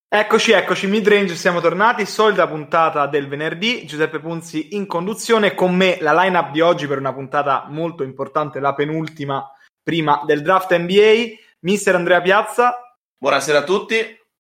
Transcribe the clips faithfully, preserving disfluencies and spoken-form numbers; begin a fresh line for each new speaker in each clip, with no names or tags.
Eccoci, eccoci, midrange, siamo tornati, solita puntata del venerdì, Giuseppe Punzi in conduzione, con me la line-up di oggi per una puntata molto importante, la penultima prima del draft N B A, mister Andrea Piazza.
Buonasera a tutti.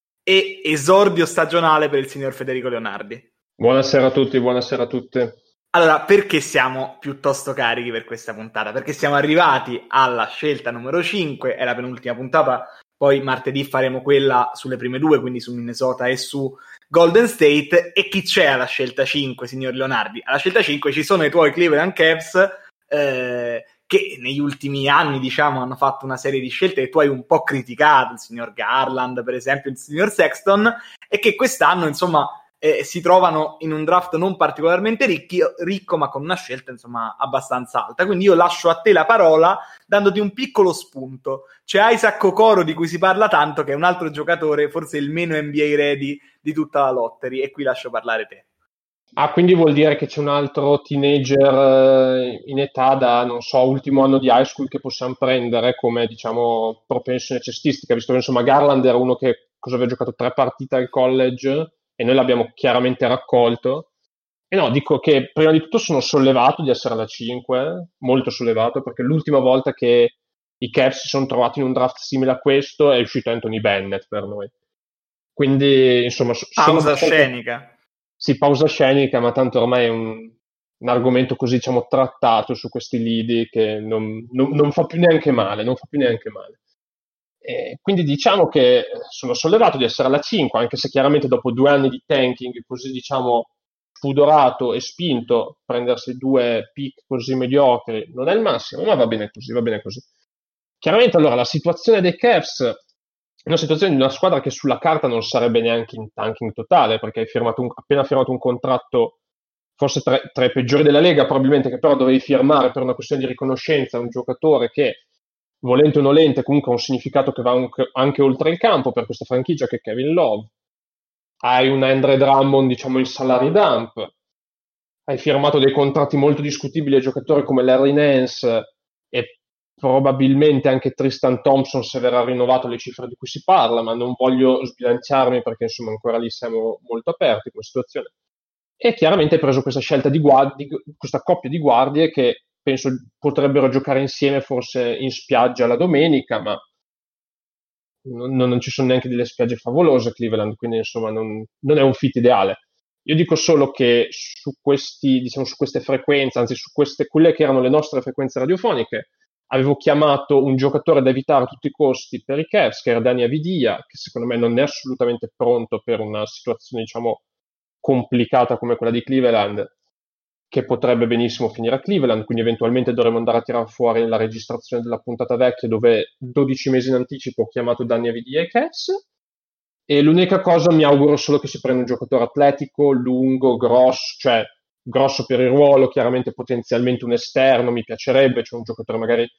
E esordio stagionale per il signor Federico Leonardi.
Buonasera a tutti, buonasera a tutte.
Allora, perché siamo piuttosto carichi per questa puntata? Perché siamo arrivati alla scelta numero cinque, è la penultima puntata. Poi martedì faremo quella sulle prime due, quindi su Minnesota e su Golden State. E chi c'è alla scelta cinque, signor Leonardi? Alla scelta cinque ci sono i tuoi Cleveland Cavs, eh, che negli ultimi anni, diciamo, hanno fatto una serie di scelte che tu hai un po' criticato, il signor Garland, per esempio, il signor Sexton, e che quest'anno, insomma, eh, si trovano in un draft non particolarmente ricchi, ricco, ma con una scelta, insomma, abbastanza alta. Quindi io lascio a te la parola, dandoti un piccolo spunto. C'è Isaac Okoro, di cui si parla tanto, che è un altro giocatore, forse il meno N B A ready di tutta la lottery, e qui lascio parlare te.
Ah, quindi vuol dire che c'è un altro teenager in età da, non so, ultimo anno di high school che possiamo prendere come, diciamo, propensione cestistica, visto che, insomma, Garland era uno che cosa aveva giocato tre partite al college e noi l'abbiamo chiaramente raccolto. E no, dico che prima di tutto sono sollevato di essere alla cinque, molto sollevato, perché l'ultima volta che i Cavs si sono trovati in un draft simile a questo è uscito Anthony Bennett per noi. Quindi, insomma,
pausa
sono
scenica.
Sì, pausa scenica, ma tanto ormai è un, un argomento così, diciamo, trattato su questi lidi che non, non, non fa più neanche male, non fa più neanche male. E quindi diciamo che sono sollevato di essere alla cinque, anche se chiaramente dopo due anni di tanking così, diciamo, spudorato e spinto, prendersi due pick così mediocri non è il massimo, ma va bene così, va bene così. Chiaramente allora la situazione dei Cavs è una situazione di una squadra che sulla carta non sarebbe neanche in tanking totale, perché hai firmato un, appena firmato un contratto forse tra, tra i peggiori della Lega, probabilmente, che però dovevi firmare per una questione di riconoscenza a un giocatore che, volente o nolente, comunque ha un significato che va anche, anche oltre il campo per questa franchigia, che è Kevin Love. Hai un Andre Drummond, diciamo, in salary dump. Hai firmato dei contratti molto discutibili a giocatori come Larry Nance e probabilmente anche Tristan Thompson, se verrà rinnovato, le cifre di cui si parla, ma non voglio sbilanciarmi perché, insomma, ancora lì siamo molto aperti come situazione. E chiaramente hai preso questa scelta di guardie, questa coppia di guardie che penso potrebbero giocare insieme forse in spiaggia la domenica, ma non, non ci sono neanche delle spiagge favolose a Cleveland, quindi, insomma, non, non è un fit ideale. Io dico solo che su questi, diciamo, su queste frequenze, anzi su queste, quelle che erano le nostre frequenze radiofoniche, avevo chiamato un giocatore da evitare a tutti i costi per i Cavs, che era Dani Avdija, che secondo me non è assolutamente pronto per una situazione, diciamo, complicata come quella di Cleveland, che potrebbe benissimo finire a Cleveland, quindi eventualmente dovremmo andare a tirare fuori la registrazione della puntata vecchia, dove dodici mesi in anticipo ho chiamato Dani Avdija ai Cavs. E l'unica cosa, mi auguro solo che si prenda un giocatore atletico, lungo, grosso, cioè grosso per il ruolo, chiaramente potenzialmente un esterno, mi piacerebbe, cioè un giocatore magari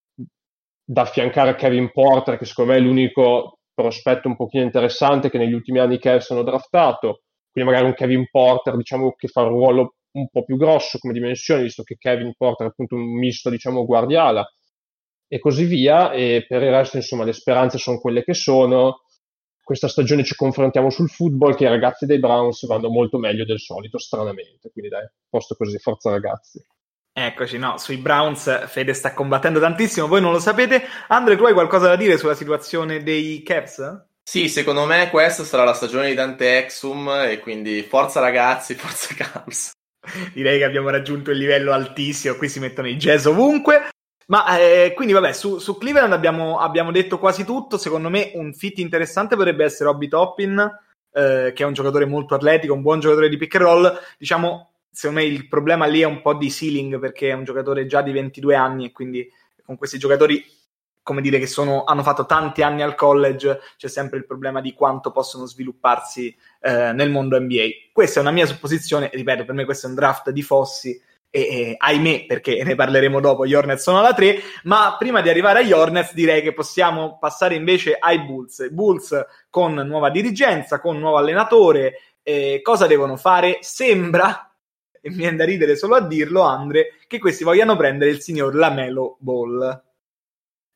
da affiancare a Kevin Porter, che secondo me è l'unico prospetto un pochino interessante che negli ultimi anni i Cavs hanno draftato, quindi magari un Kevin Porter, diciamo, che fa un ruolo un po' più grosso come dimensioni, visto che Kevin Porter è appunto un misto, diciamo, guardiala, e così via. E per il resto, insomma, le speranze sono quelle che sono. Questa stagione ci confrontiamo sul football, che i ragazzi dei Browns vanno molto meglio del solito, stranamente, quindi dai, posto così, forza ragazzi.
Eccoci, no, sui Browns Fede sta combattendo tantissimo, voi non lo sapete. Andre, tu hai qualcosa da dire sulla situazione dei Cavs?
Sì, secondo me questa sarà la stagione di Dante Exum, e quindi forza ragazzi, forza Cavs.
Direi che abbiamo raggiunto il livello altissimo, qui si mettono i jazz ovunque. Ma eh, quindi vabbè, su, su Cleveland abbiamo, abbiamo detto quasi tutto. Secondo me un fit interessante potrebbe essere Obi Toppin, eh, che è un giocatore molto atletico, un buon giocatore di pick and roll. Diciamo, secondo me il problema lì è un po' di ceiling, perché è un giocatore già di ventidue anni e quindi con questi giocatori, come dire, che sono, hanno fatto tanti anni al college, c'è sempre il problema di quanto possono svilupparsi eh, nel mondo N B A. Questa è una mia supposizione, ripeto, per me questo è un draft di Fossi, e eh, ahimè, perché ne parleremo dopo, gli Hornets sono alla tre, ma prima di arrivare agli Hornets direi che possiamo passare invece ai Bulls. Bulls con nuova dirigenza, con nuovo allenatore, eh, cosa devono fare? Sembra, e mi viene da ridere solo a dirlo, Andre, che questi vogliano prendere il signor LaMelo Ball.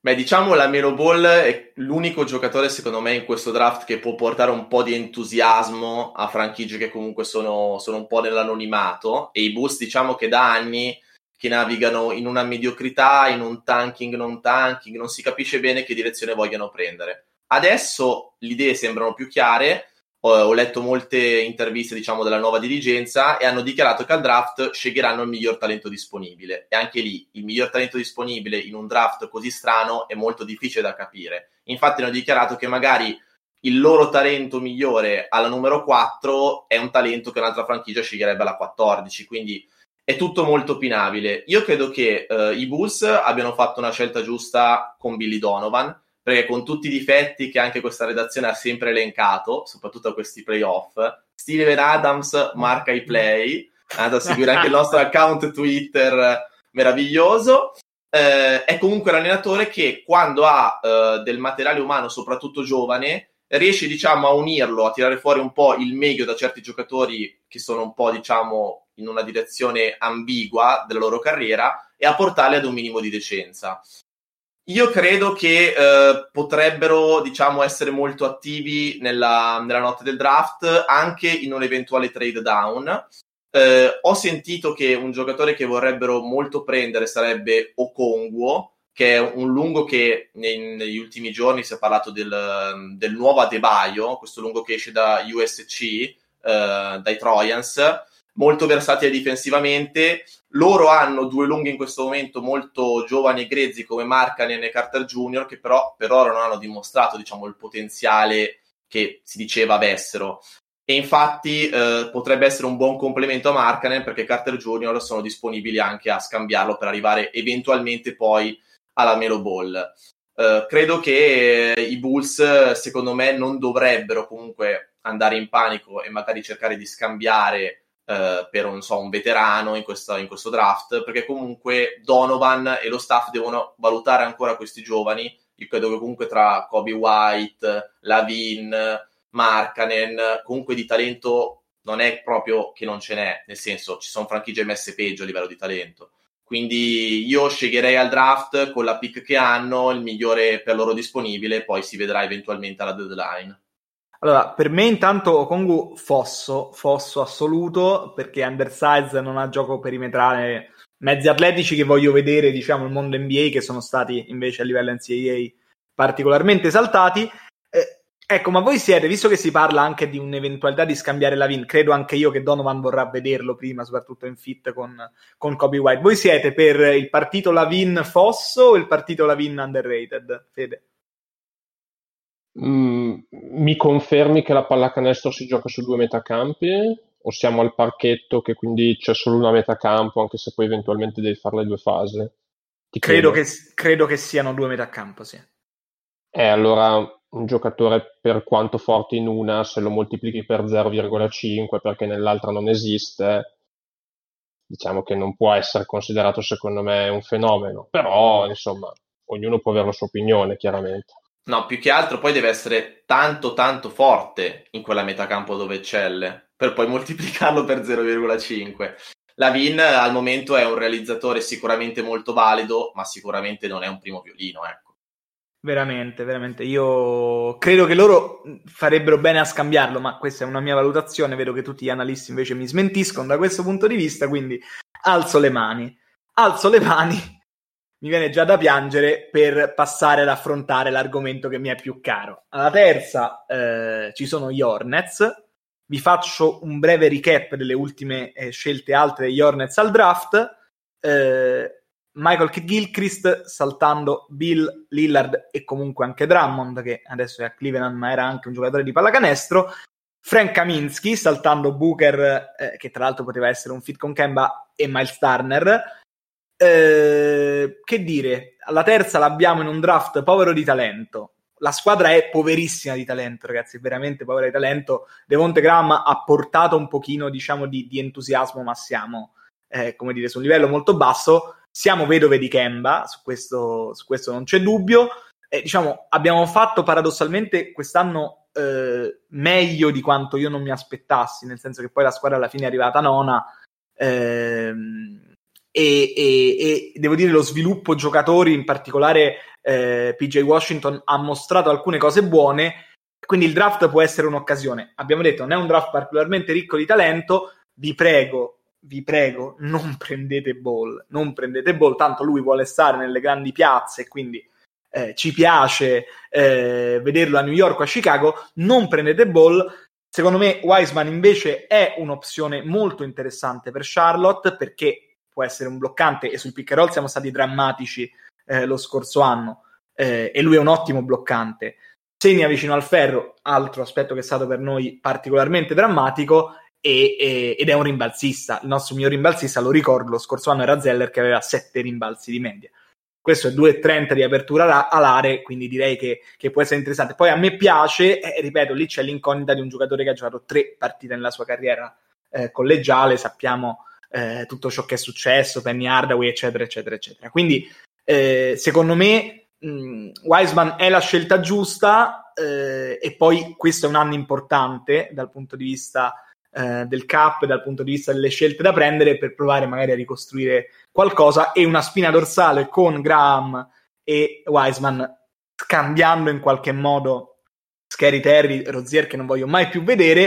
Beh, diciamo la Melo Ball è l'unico giocatore secondo me in questo draft che può portare un po' di entusiasmo a franchigie che comunque sono, sono un po' nell'anonimato, e i Bulls diciamo che da anni che navigano in una mediocrità, in un tanking non tanking, non si capisce bene che direzione vogliano prendere. Adesso le idee sembrano più chiare. Ho letto molte interviste, diciamo, della nuova dirigenza e hanno dichiarato che al draft sceglieranno il miglior talento disponibile. E anche lì, il miglior talento disponibile in un draft così strano è molto difficile da capire. Infatti hanno dichiarato che magari il loro talento migliore alla numero quattro è un talento che un'altra franchigia sceglierebbe alla quattordici, quindi è tutto molto opinabile. Io credo che eh, i Bulls abbiano fatto una scelta giusta con Billy Donovan, perché con tutti i difetti che anche questa redazione ha sempre elencato, soprattutto a questi playoff, Steven Adams marca i play, andate a seguire anche il nostro account Twitter meraviglioso, eh, è comunque un allenatore che quando ha eh, del materiale umano, soprattutto giovane, riesce diciamo a unirlo, a tirare fuori un po' il meglio da certi giocatori che sono un po' diciamo in una direzione ambigua della loro carriera e a portarli ad un minimo di decenza. Io credo che eh, potrebbero, diciamo, essere molto attivi nella, nella notte del draft, anche in un eventuale trade down. Eh, ho sentito che un giocatore che vorrebbero molto prendere sarebbe Okongwu, che è un lungo che nei, negli ultimi giorni si è parlato del, del nuovo Adebayo, questo lungo che esce da U S C, eh, dai Trojans, molto versatile difensivamente. Loro hanno due lunghi in questo momento molto giovani e grezzi come Markkanen e Carter Junior, che però per ora non hanno dimostrato diciamo il potenziale che si diceva avessero, e infatti eh, potrebbe essere un buon complemento a Markkanen, perché Carter Junior sono disponibili anche a scambiarlo per arrivare eventualmente poi alla Melo Ball. Eh, credo che eh, i Bulls secondo me non dovrebbero comunque andare in panico e magari cercare di scambiare Uh, per un, so, un veterano in, questa, in questo draft, perché comunque Donovan e lo staff devono valutare ancora questi giovani. Io credo che comunque tra Coby White, Lavin, Markkanen, comunque di talento non è proprio che non ce n'è, nel senso ci sono franchigie messe peggio a livello di talento, quindi io sceglierei al draft con la pick che hanno il migliore per loro disponibile, poi si vedrà eventualmente alla deadline.
Allora, per me intanto Okongwu fosso, fosso assoluto, perché undersized, non ha gioco perimetrale, mezzi atletici che voglio vedere, diciamo, il mondo N B A, che sono stati invece a livello N C A A particolarmente esaltati. Eh, ecco, ma voi siete, visto che si parla anche di un'eventualità di scambiare Lavin, credo anche io che Donovan vorrà vederlo prima, soprattutto in fit con, con Coby White. Voi siete per il partito Lavin fosso o il partito Lavin underrated, Fede?
Mm, mi confermi che la pallacanestro si gioca su due metacampi o siamo al parchetto che quindi c'è solo una metacampo, anche se poi eventualmente devi fare le due fasi? Ti
credo che, credo che siano due metacampo, sì.
Eh, allora un giocatore per quanto forte in una, se lo moltiplichi per zero virgola cinque perché nell'altra non esiste, diciamo che non può essere considerato secondo me un fenomeno, però insomma ognuno può avere la sua opinione chiaramente.
No, più che altro poi deve essere tanto tanto forte in quella metacampo dove eccelle, per poi moltiplicarlo per zero virgola cinque. Lavin al momento è un realizzatore sicuramente molto valido, ma sicuramente non è un primo violino, ecco.
Veramente, veramente. Io credo che loro farebbero bene a scambiarlo, ma questa è una mia valutazione. Vedo che tutti gli analisti invece mi smentiscono da questo punto di vista, quindi alzo le mani. Alzo le mani. Mi viene già da piangere per passare ad affrontare l'argomento che mi è più caro. Alla terza eh, ci sono gli Hornets. Vi faccio un breve recap delle ultime eh, scelte altre degli Hornets al draft. Eh, Michael Gilchrist saltando Bill, Lillard e comunque anche Drummond, che adesso è a Cleveland ma era anche un giocatore di pallacanestro. Frank Kaminsky saltando Booker, eh, che tra l'altro poteva essere un fit con Kemba, e Miles Turner. Eh, che dire, alla terza l'abbiamo in un draft povero di talento. La squadra è poverissima di talento, ragazzi, veramente povera di talento. Devonte Graham ha portato un pochino, diciamo, di, di entusiasmo, ma siamo, eh, come dire, su un livello molto basso. Siamo vedove di Kemba, su questo, su questo non c'è dubbio. Eh, diciamo, abbiamo fatto paradossalmente quest'anno eh, meglio di quanto io non mi aspettassi, nel senso che poi la squadra alla fine è arrivata nona. Ehm e, e, e devo dire lo sviluppo giocatori, in particolare eh, P J Washington ha mostrato alcune cose buone, quindi il draft può essere un'occasione. Abbiamo detto non è un draft particolarmente ricco di talento, vi prego, vi prego, non prendete Ball, non prendete Ball, tanto lui vuole stare nelle grandi piazze, quindi eh, ci piace eh, vederlo a New York o a Chicago, non prendete Ball. Secondo me Wiseman invece è un'opzione molto interessante per Charlotte, perché può essere un bloccante, e sul pick and roll siamo stati drammatici eh, lo scorso anno, eh, e lui è un ottimo bloccante. Segna vicino al ferro, altro aspetto che è stato per noi particolarmente drammatico, e, e, ed è un rimbalzista. Il nostro miglior rimbalzista, lo ricordo, lo scorso anno era Zeller, che aveva sette rimbalzi di media. Questo è due virgola trenta di apertura alare, quindi direi che, che può essere interessante. Poi a me piace, eh, ripeto, lì c'è l'incognita di un giocatore che ha giocato tre partite nella sua carriera eh, collegiale, sappiamo eh, tutto ciò che è successo, Penny Hardaway, eccetera, eccetera, eccetera. Quindi, eh, secondo me, mh, Wiseman è la scelta giusta, eh, e poi questo è un anno importante dal punto di vista eh, del cap, dal punto di vista delle scelte da prendere, per provare magari a ricostruire qualcosa, e una spina dorsale con Graham e Wiseman scambiando in qualche modo Scary Terry, Rozier che non voglio mai più vedere.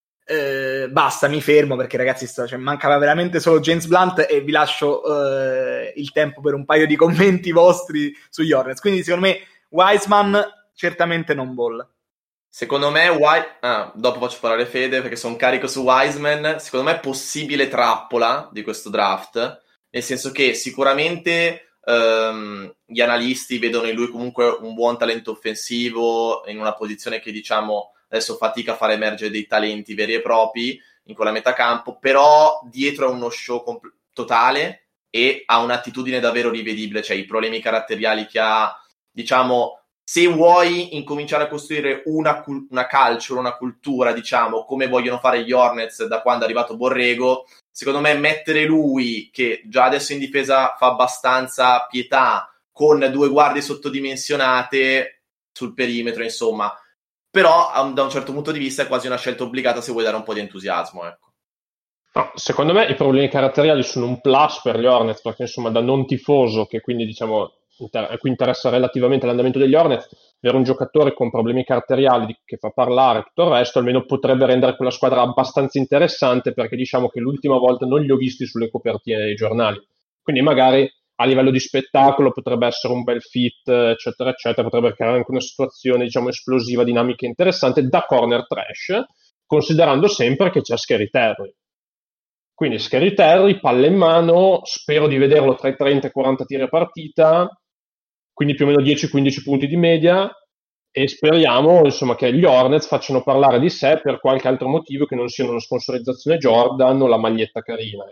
Eh, basta, mi fermo perché ragazzi sto, cioè, mancava veramente solo James Blunt, e vi lascio eh, il tempo per un paio di commenti vostri sugli Hornets. Quindi secondo me Wiseman certamente non Ball.
Secondo me, Wi- ah, dopo faccio parlare Fede perché sono carico su Wiseman. Secondo me è possibile trappola di questo draft, nel senso che sicuramente ehm, gli analisti vedono in lui comunque un buon talento offensivo, in una posizione che diciamo adesso fatica a far emergere dei talenti veri e propri in quella metà campo, però dietro è uno show comp- totale e ha un'attitudine davvero rivedibile, cioè i problemi caratteriali che ha, diciamo, se vuoi incominciare a costruire una, cul- una culture, una cultura, diciamo, come vogliono fare gli Hornets da quando è arrivato Borrego, secondo me mettere lui, che già adesso in difesa fa abbastanza pietà, con due guardie sottodimensionate sul perimetro, insomma, però da un certo punto di vista è quasi una scelta obbligata se vuoi dare un po' di entusiasmo, ecco.
No, secondo me i problemi caratteriali sono un plus per gli Hornets, perché insomma da non tifoso, che quindi diciamo a cui interessa relativamente l'andamento degli Hornets, avere un giocatore con problemi caratteriali che fa parlare tutto il resto almeno potrebbe rendere quella squadra abbastanza interessante, perché diciamo che l'ultima volta non li ho visti sulle copertine dei giornali, quindi magari a livello di spettacolo potrebbe essere un bel fit, eccetera eccetera, potrebbe creare anche una situazione diciamo esplosiva, dinamica interessante da corner trash, considerando sempre che c'è Scary Terry. Quindi Scary Terry, palla in mano, spero di vederlo tra i trenta e i quaranta tiri a partita, quindi più o meno dieci quindici punti di media, e speriamo insomma che gli Hornets facciano parlare di sé per qualche altro motivo che non sia una sponsorizzazione Jordan o la maglietta carina.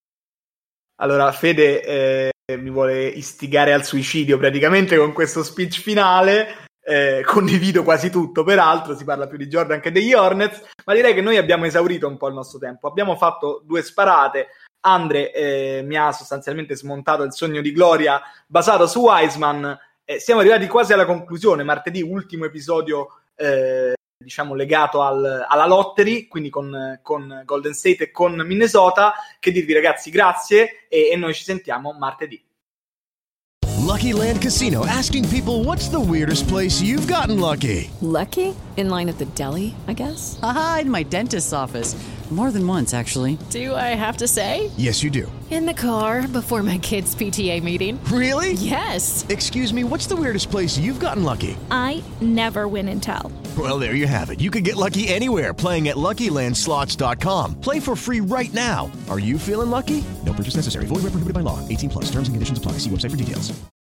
Allora Fede eh, mi vuole istigare al suicidio praticamente con questo speech finale. Eh, condivido quasi tutto, peraltro si parla più di Jordan che degli Hornets, ma direi che noi abbiamo esaurito un po' il nostro tempo, abbiamo fatto due sparate. Andre eh, mi ha sostanzialmente smontato il sogno di gloria basato su Wiseman, eh, siamo arrivati quasi alla conclusione. Martedì ultimo episodio eh, diciamo legato al, alla lottery, quindi con, con Golden State e con Minnesota. Che dirvi ragazzi, grazie, e, e noi ci sentiamo martedì.
Lucky Land Casino, asking people, what's the weirdest place you've gotten lucky?
Lucky? In line at the deli, I guess?
Aha, in my dentist's office. More than once, actually.
Do I have to say?
Yes, you do.
In the car before my kids' P T A meeting.
Really?
Yes.
Excuse me, what's the weirdest place you've gotten lucky?
I never win and tell.
Well, there you have it. You can get lucky anywhere, playing at Lucky Land Slots dot com. Play for free right now. Are you feeling lucky? No purchase necessary. Void where prohibited by law. eighteen plus. Terms and conditions apply. See website for details.